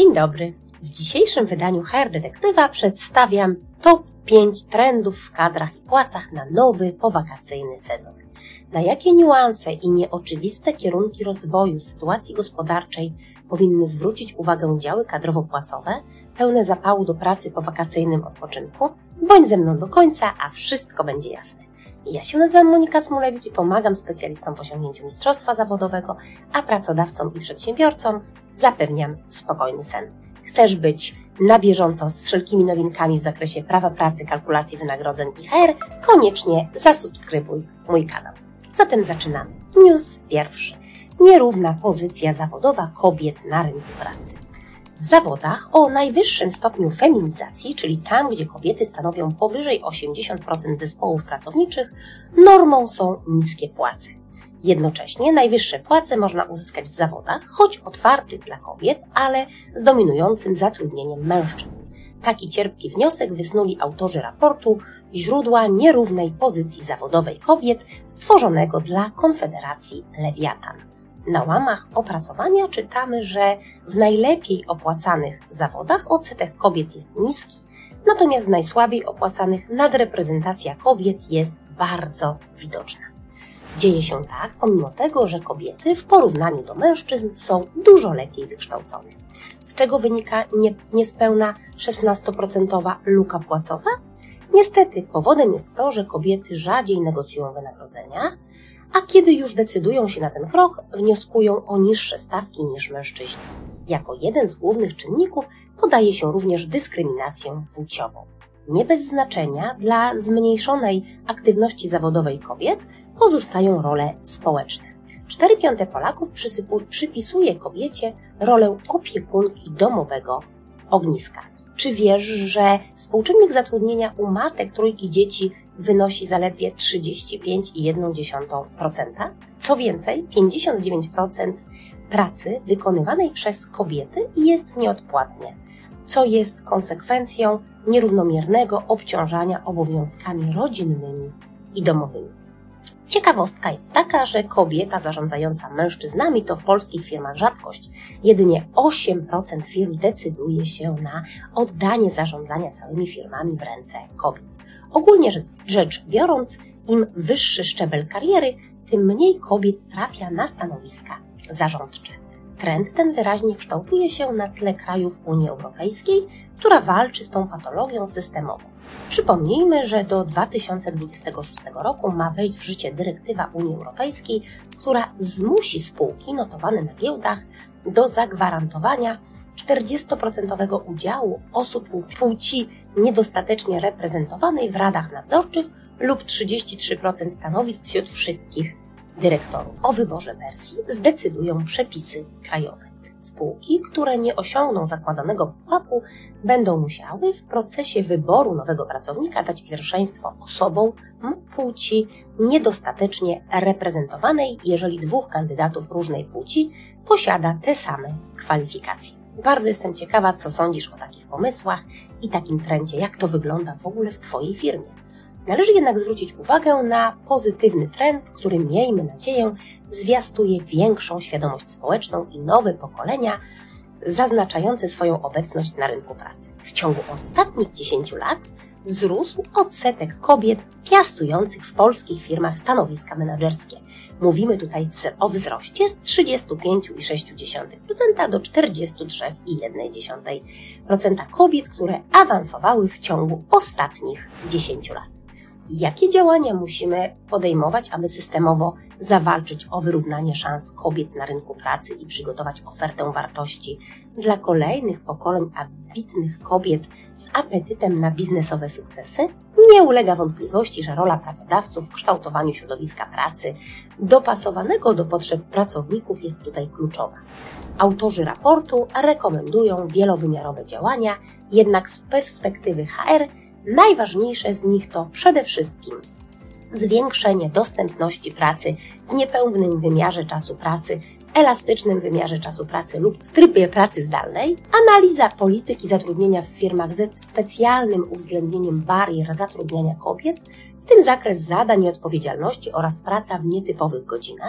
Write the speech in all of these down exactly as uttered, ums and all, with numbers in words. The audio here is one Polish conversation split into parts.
Dzień dobry. W dzisiejszym wydaniu H R Detektywa przedstawiam top pięć trendów w kadrach i płacach na nowy, powakacyjny sezon. Na jakie niuanse i nieoczywiste kierunki rozwoju sytuacji gospodarczej powinny zwrócić uwagę działy kadrowo-płacowe, pełne zapału do pracy po wakacyjnym odpoczynku? Bądź ze mną do końca, a wszystko będzie jasne. Ja się nazywam Monika Smulewicz i pomagam specjalistom w osiągnięciu mistrzostwa zawodowego, a pracodawcom i przedsiębiorcom zapewniam spokojny sen. Chcesz być na bieżąco z wszelkimi nowinkami w zakresie prawa pracy, kalkulacji wynagrodzeń i H R? Koniecznie zasubskrybuj mój kanał. Zatem zaczynamy. News pierwszy. Nierówna pozycja zawodowa kobiet na rynku pracy. W zawodach o najwyższym stopniu feminizacji, czyli tam, gdzie kobiety stanowią powyżej osiemdziesiąt procent zespołów pracowniczych, normą są niskie płace. Jednocześnie najwyższe płace można uzyskać w zawodach, choć otwartych dla kobiet, ale z dominującym zatrudnieniem mężczyzn. Taki cierpki wniosek wysnuli autorzy raportu Źródła nierównej pozycji zawodowej kobiet stworzonego dla Konfederacji Lewiatan. Na łamach opracowania czytamy, że w najlepiej opłacanych zawodach odsetek kobiet jest niski, natomiast w najsłabiej opłacanych nadreprezentacja kobiet jest bardzo widoczna. Dzieje się tak, pomimo tego, że kobiety w porównaniu do mężczyzn są dużo lepiej wykształcone. Z czego wynika nie, niespełna szesnastoprocentowa luka płacowa? Niestety powodem jest to, że kobiety rzadziej negocjują wynagrodzenia, a kiedy już decydują się na ten krok, wnioskują o niższe stawki niż mężczyźni. Jako jeden z głównych czynników podaje się również dyskryminację płciową. Nie bez znaczenia dla zmniejszonej aktywności zawodowej kobiet pozostają role społeczne. cztery piąte Polaków przysypu, przypisuje kobiecie rolę opiekunki domowego ogniska. Czy wiesz, że współczynnik zatrudnienia u matek trójki dzieci wynosi zaledwie trzydzieści pięć i jedna dziesiąta procent? Co więcej, pięćdziesiąt dziewięć procent pracy wykonywanej przez kobiety jest nieodpłatnie, co jest konsekwencją nierównomiernego obciążania obowiązkami rodzinnymi i domowymi. Ciekawostka jest taka, że kobieta zarządzająca mężczyznami to w polskich firmach rzadkość. Jedynie osiem procent firm decyduje się na oddanie zarządzania całymi firmami w ręce kobiet. Ogólnie rzecz, rzecz biorąc, im wyższy szczebel kariery, tym mniej kobiet trafia na stanowiska zarządcze. Trend ten wyraźnie kształtuje się na tle krajów Unii Europejskiej, która walczy z tą patologią systemową. Przypomnijmy, że do dwa tysiące dwudziestego szóstego roku ma wejść w życie dyrektywa Unii Europejskiej, która zmusi spółki notowane na giełdach do zagwarantowania czterdziestoprocentowego udziału osób płci niedostatecznie reprezentowanej w radach nadzorczych lub trzydzieści trzy procent stanowisk wśród wszystkich dyrektorów. O wyborze wersji zdecydują przepisy krajowe. Spółki, które nie osiągną zakładanego pułapu, będą musiały w procesie wyboru nowego pracownika dać pierwszeństwo osobom płci niedostatecznie reprezentowanej, jeżeli dwóch kandydatów różnej płci posiada te same kwalifikacje. Bardzo jestem ciekawa, co sądzisz o takich pomysłach i takim trendzie, jak to wygląda w ogóle w Twojej firmie. Należy jednak zwrócić uwagę na pozytywny trend, który, miejmy nadzieję, zwiastuje większą świadomość społeczną i nowe pokolenia zaznaczające swoją obecność na rynku pracy. W ciągu ostatnich dziesięciu lat wzrósł odsetek kobiet piastujących w polskich firmach stanowiska menedżerskie. Mówimy tutaj o wzroście z trzydziestu pięciu i sześciu dziesiątych procent do czterdziestu trzech i jednej dziesiątej procent kobiet, które awansowały w ciągu ostatnich dziesięciu lat. Jakie działania musimy podejmować, aby systemowo zawalczyć o wyrównanie szans kobiet na rynku pracy i przygotować ofertę wartości dla kolejnych pokoleń ambitnych kobiet z apetytem na biznesowe sukcesy? Nie ulega wątpliwości, że rola pracodawców w kształtowaniu środowiska pracy dopasowanego do potrzeb pracowników jest tutaj kluczowa. Autorzy raportu rekomendują wielowymiarowe działania, jednak z perspektywy H R najważniejsze z nich to przede wszystkim zwiększenie dostępności pracy w niepełnym wymiarze czasu pracy, elastycznym wymiarze czasu pracy lub w trybie pracy zdalnej, analiza polityki zatrudnienia w firmach ze specjalnym uwzględnieniem barier zatrudniania kobiet, w tym zakres zadań i odpowiedzialności oraz praca w nietypowych godzinach,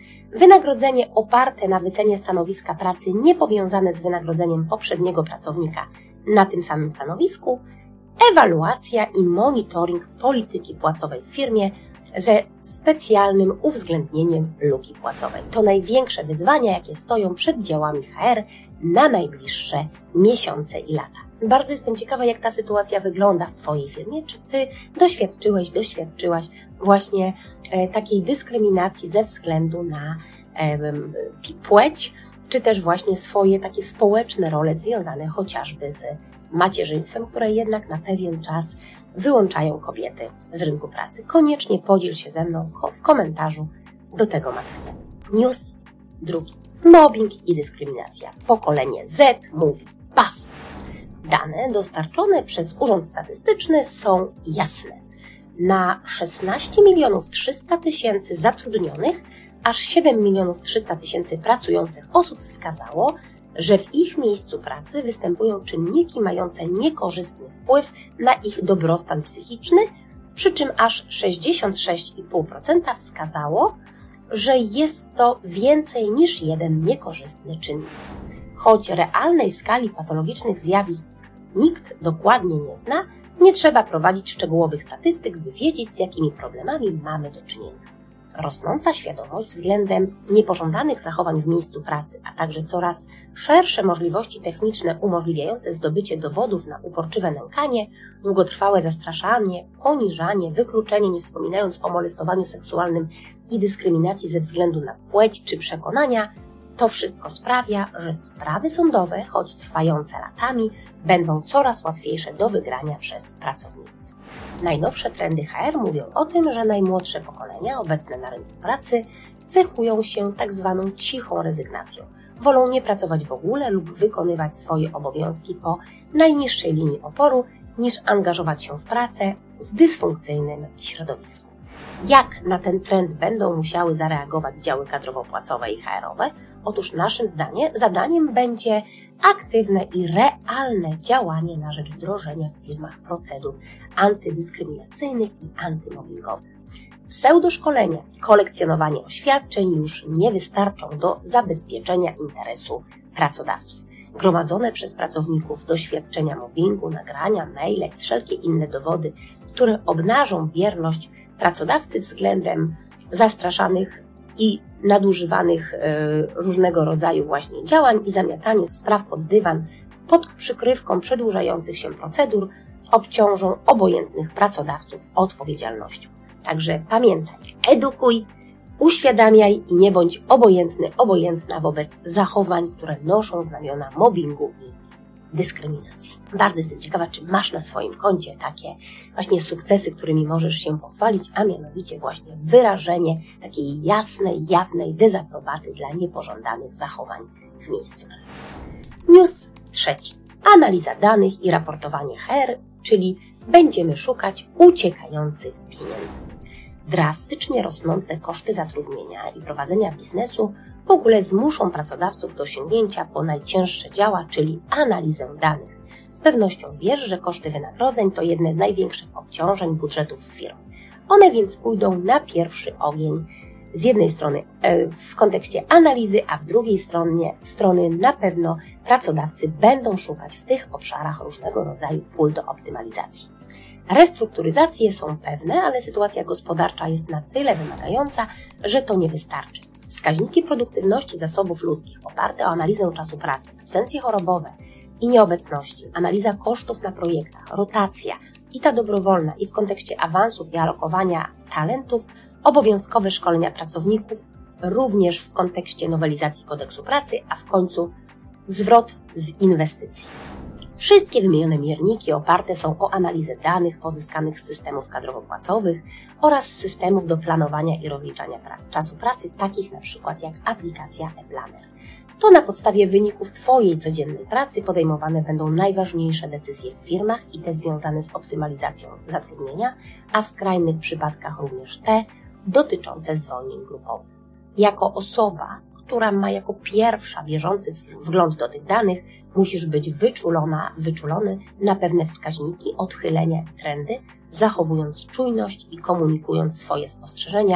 Wynagrodzenie oparte na wycenie stanowiska pracy niepowiązane z wynagrodzeniem poprzedniego pracownika na tym samym stanowisku, ewaluacja i monitoring polityki płacowej w firmie ze specjalnym uwzględnieniem luki płacowej. To największe wyzwania, jakie stoją przed działami H R na najbliższe miesiące i lata. Bardzo jestem ciekawa, jak ta sytuacja wygląda w Twojej firmie. Czy Ty doświadczyłeś, doświadczyłaś właśnie e, takiej dyskryminacji ze względu na e, płeć, czy też właśnie swoje takie społeczne role związane chociażby z macierzyństwem, które jednak na pewien czas wyłączają kobiety z rynku pracy. Koniecznie podziel się ze mną w komentarzu do tego materiału. News drugi. Mobbing i dyskryminacja. Pokolenie Z mówi pas. Dane dostarczone przez Urząd Statystyczny są jasne. Na szesnaście milionów trzysta tysięcy zatrudnionych aż siedem milionów trzysta tysięcy pracujących osób wskazało, że w ich miejscu pracy występują czynniki mające niekorzystny wpływ na ich dobrostan psychiczny, przy czym aż sześćdziesiąt sześć i pół procent wskazało, że jest to więcej niż jeden niekorzystny czynnik. Choć realnej skali patologicznych zjawisk nikt dokładnie nie zna, nie trzeba prowadzić szczegółowych statystyk, by wiedzieć, z jakimi problemami mamy do czynienia. Rosnąca świadomość względem niepożądanych zachowań w miejscu pracy, a także coraz szersze możliwości techniczne umożliwiające zdobycie dowodów na uporczywe nękanie, długotrwałe zastraszanie, poniżanie, wykluczenie, nie wspominając o molestowaniu seksualnym i dyskryminacji ze względu na płeć czy przekonania, to wszystko sprawia, że sprawy sądowe, choć trwające latami, będą coraz łatwiejsze do wygrania przez pracowników. Najnowsze trendy H R mówią o tym, że najmłodsze pokolenia obecne na rynku pracy cechują się tak zwaną cichą rezygnacją. Wolą nie pracować w ogóle lub wykonywać swoje obowiązki po najniższej linii oporu, niż angażować się w pracę w dysfunkcyjnym środowisku. Jak na ten trend będą musiały zareagować działy kadrowo-płacowe i H R-owe? Otóż naszym zdaniem, zadaniem będzie aktywne i realne działanie na rzecz wdrożenia w firmach procedur antydyskryminacyjnych i antymobbingowych. Pseudoszkolenia i kolekcjonowanie oświadczeń już nie wystarczą do zabezpieczenia interesu pracodawców. Gromadzone przez pracowników doświadczenia mobbingu, nagrania, maile i wszelkie inne dowody, które obnażą bierność pracodawcy względem zastraszanych i nadużywanych różnego rodzaju właśnie działań i zamiatanie spraw pod dywan pod przykrywką przedłużających się procedur obciążą obojętnych pracodawców odpowiedzialnością. Także pamiętaj, edukuj, uświadamiaj i nie bądź obojętny, obojętna wobec zachowań, które noszą znamiona mobbingu i dyskryminacji. Bardzo jestem ciekawa, czy masz na swoim koncie takie właśnie sukcesy, którymi możesz się pochwalić, a mianowicie właśnie wyrażenie takiej jasnej, jawnej dezaprobaty dla niepożądanych zachowań w miejscu pracy. News trzeci. Analiza danych i raportowanie H R, czyli będziemy szukać uciekających pieniędzy. Drastycznie rosnące koszty zatrudnienia i prowadzenia biznesu w ogóle zmuszą pracodawców do sięgnięcia po najcięższe działa, czyli analizę danych. Z pewnością wiesz, że koszty wynagrodzeń to jedne z największych obciążeń budżetów firm. One więc pójdą na pierwszy ogień z jednej strony w kontekście analizy, a w drugiej stronie strony na pewno pracodawcy będą szukać w tych obszarach różnego rodzaju pól do optymalizacji. Restrukturyzacje są pewne, ale sytuacja gospodarcza jest na tyle wymagająca, że to nie wystarczy. Wskaźniki produktywności zasobów ludzkich oparte o analizę czasu pracy, absencje chorobowe i nieobecności, analiza kosztów na projektach, rotacja i ta dobrowolna i w kontekście awansów i alokowania talentów, obowiązkowe szkolenia pracowników, również w kontekście nowelizacji kodeksu pracy, a w końcu zwrot z inwestycji. Wszystkie wymienione mierniki oparte są o analizę danych pozyskanych z systemów kadrowo-płacowych oraz systemów do planowania i rozliczania pra- czasu pracy, takich na przykład jak aplikacja ePlanner. To na podstawie wyników Twojej codziennej pracy podejmowane będą najważniejsze decyzje w firmach i te związane z optymalizacją zatrudnienia, a w skrajnych przypadkach również te dotyczące zwolnień grupowych. Jako osoba, która ma jako pierwsza bieżący wgląd do tych danych, musisz być wyczulona, wyczulony na pewne wskaźniki, odchylenia i trendy, zachowując czujność i komunikując swoje spostrzeżenia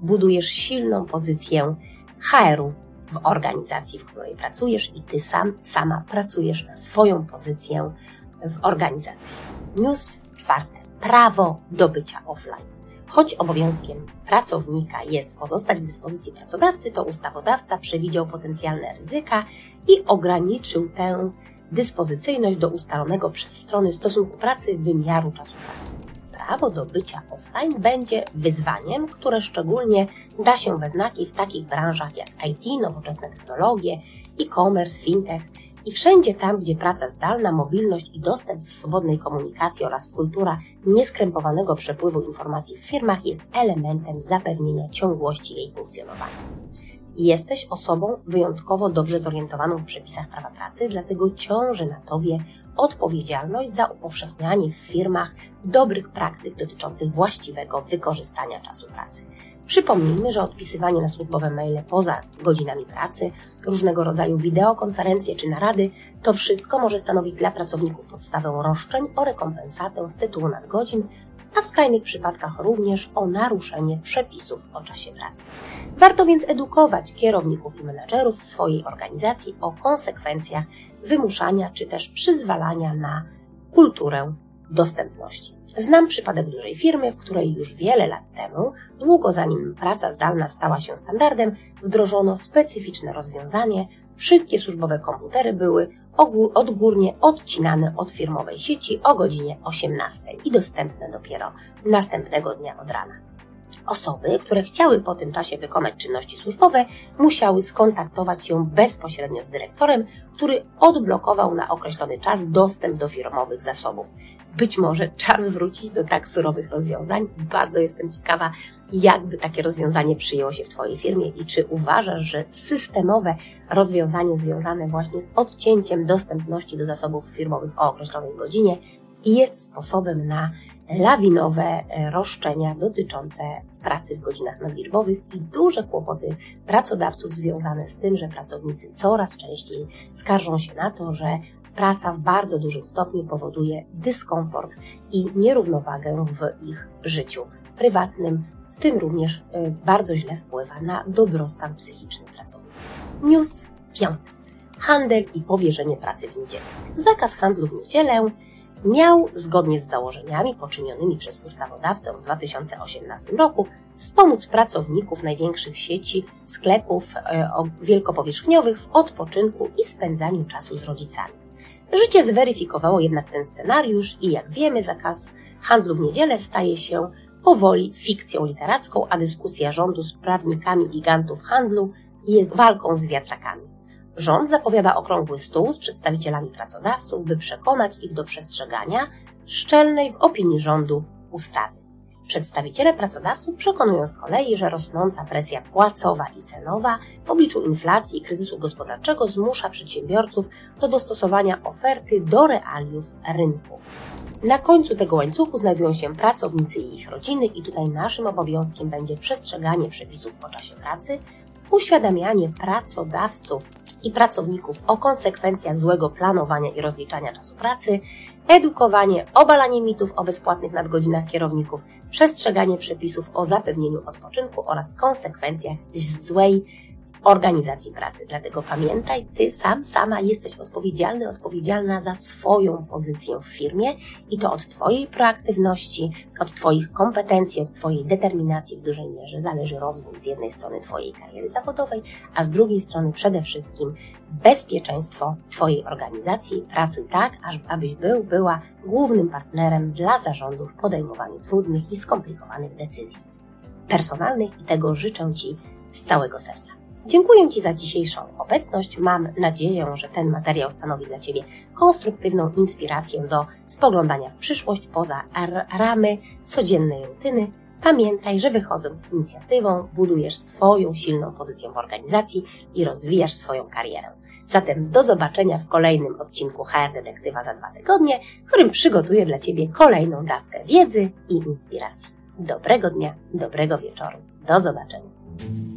budujesz silną pozycję H R-u w organizacji, w której pracujesz i Ty sam, sama pracujesz na swoją pozycję w organizacji. News czwarty. Prawo do bycia offline. Choć obowiązkiem pracownika jest pozostać w dyspozycji pracodawcy, to ustawodawca przewidział potencjalne ryzyka i ograniczył tę dyspozycyjność do ustalonego przez strony stosunku pracy wymiaru czasu pracy. Prawo do bycia offline będzie wyzwaniem, które szczególnie da się we znaki w takich branżach jak I T, nowoczesne technologie, e-commerce, fintech i wszędzie tam, gdzie praca zdalna, mobilność i dostęp do swobodnej komunikacji oraz kultura nieskrępowanego przepływu informacji w firmach jest elementem zapewnienia ciągłości jej funkcjonowania. Jesteś osobą wyjątkowo dobrze zorientowaną w przepisach prawa pracy, dlatego ciąży na Tobie odpowiedzialność za upowszechnianie w firmach dobrych praktyk dotyczących właściwego wykorzystania czasu pracy. Przypomnijmy, że odpisywanie na służbowe maile poza godzinami pracy, różnego rodzaju wideokonferencje czy narady, to wszystko może stanowić dla pracowników podstawę roszczeń o rekompensatę z tytułu nadgodzin, a w skrajnych przypadkach również o naruszenie przepisów o czasie pracy. Warto więc edukować kierowników i menedżerów w swojej organizacji o konsekwencjach wymuszania czy też przyzwalania na kulturę dostępności. Znam przypadek dużej firmy, w której już wiele lat temu, długo zanim praca zdalna stała się standardem, wdrożono specyficzne rozwiązanie. Wszystkie służbowe komputery były odgórnie odcinane od firmowej sieci o godzinie osiemnastej i dostępne dopiero następnego dnia od rana. Osoby, które chciały po tym czasie wykonać czynności służbowe, musiały skontaktować się bezpośrednio z dyrektorem, który odblokował na określony czas dostęp do firmowych zasobów. Być może czas wrócić do tak surowych rozwiązań. Bardzo jestem ciekawa, jakby takie rozwiązanie przyjęło się w Twojej firmie i czy uważasz, że systemowe rozwiązanie związane właśnie z odcięciem dostępności do zasobów firmowych o określonej godzinie jest sposobem na lawinowe roszczenia dotyczące pracy w godzinach nadliczbowych i duże kłopoty pracodawców związane z tym, że pracownicy coraz częściej skarżą się na to, że praca w bardzo dużym stopniu powoduje dyskomfort i nierównowagę w ich życiu prywatnym, w tym również bardzo źle wpływa na dobrostan psychiczny pracowników. News piąty. Handel i powierzenie pracy w niedzielę. Zakaz handlu w niedzielę miał, zgodnie z założeniami poczynionymi przez ustawodawcę w dwa tysiące osiemnastym roku, wspomóc pracowników największych sieci sklepów wielkopowierzchniowych w odpoczynku i spędzaniu czasu z rodzicami. Życie zweryfikowało jednak ten scenariusz i jak wiemy, zakaz handlu w niedzielę staje się powoli fikcją literacką, a dyskusja rządu z prawnikami gigantów handlu jest walką z wiatrakami. Rząd zapowiada okrągły stół z przedstawicielami pracodawców, by przekonać ich do przestrzegania szczelnej w opinii rządu ustawy. Przedstawiciele pracodawców przekonują z kolei, że rosnąca presja płacowa i cenowa w obliczu inflacji i kryzysu gospodarczego zmusza przedsiębiorców do dostosowania oferty do realiów rynku. Na końcu tego łańcuchu znajdują się pracownicy i ich rodziny i tutaj naszym obowiązkiem będzie przestrzeganie przepisów o czasie pracy, uświadamianie pracodawców i pracowników o konsekwencjach złego planowania i rozliczania czasu pracy, edukowanie, obalanie mitów o bezpłatnych nadgodzinach kierowników, przestrzeganie przepisów o zapewnieniu odpoczynku oraz konsekwencjach złej organizacji pracy. Dlatego pamiętaj, Ty sam, sama jesteś odpowiedzialny, odpowiedzialna za swoją pozycję w firmie i to od Twojej proaktywności, od Twoich kompetencji, od Twojej determinacji w dużej mierze zależy rozwój z jednej strony Twojej kariery zawodowej, a z drugiej strony przede wszystkim bezpieczeństwo Twojej organizacji. Pracuj tak, abyś był, była głównym partnerem dla zarządu w podejmowaniu trudnych i skomplikowanych decyzji personalnych i tego życzę Ci z całego serca. Dziękuję Ci za dzisiejszą obecność. Mam nadzieję, że ten materiał stanowi dla Ciebie konstruktywną inspirację do spoglądania w przyszłość poza ramy codziennej rutyny. Pamiętaj, że wychodząc z inicjatywą budujesz swoją silną pozycję w organizacji i rozwijasz swoją karierę. Zatem do zobaczenia w kolejnym odcinku H R Detektywa za dwa tygodnie, w którym przygotuję dla Ciebie kolejną dawkę wiedzy i inspiracji. Dobrego dnia, dobrego wieczoru. Do zobaczenia.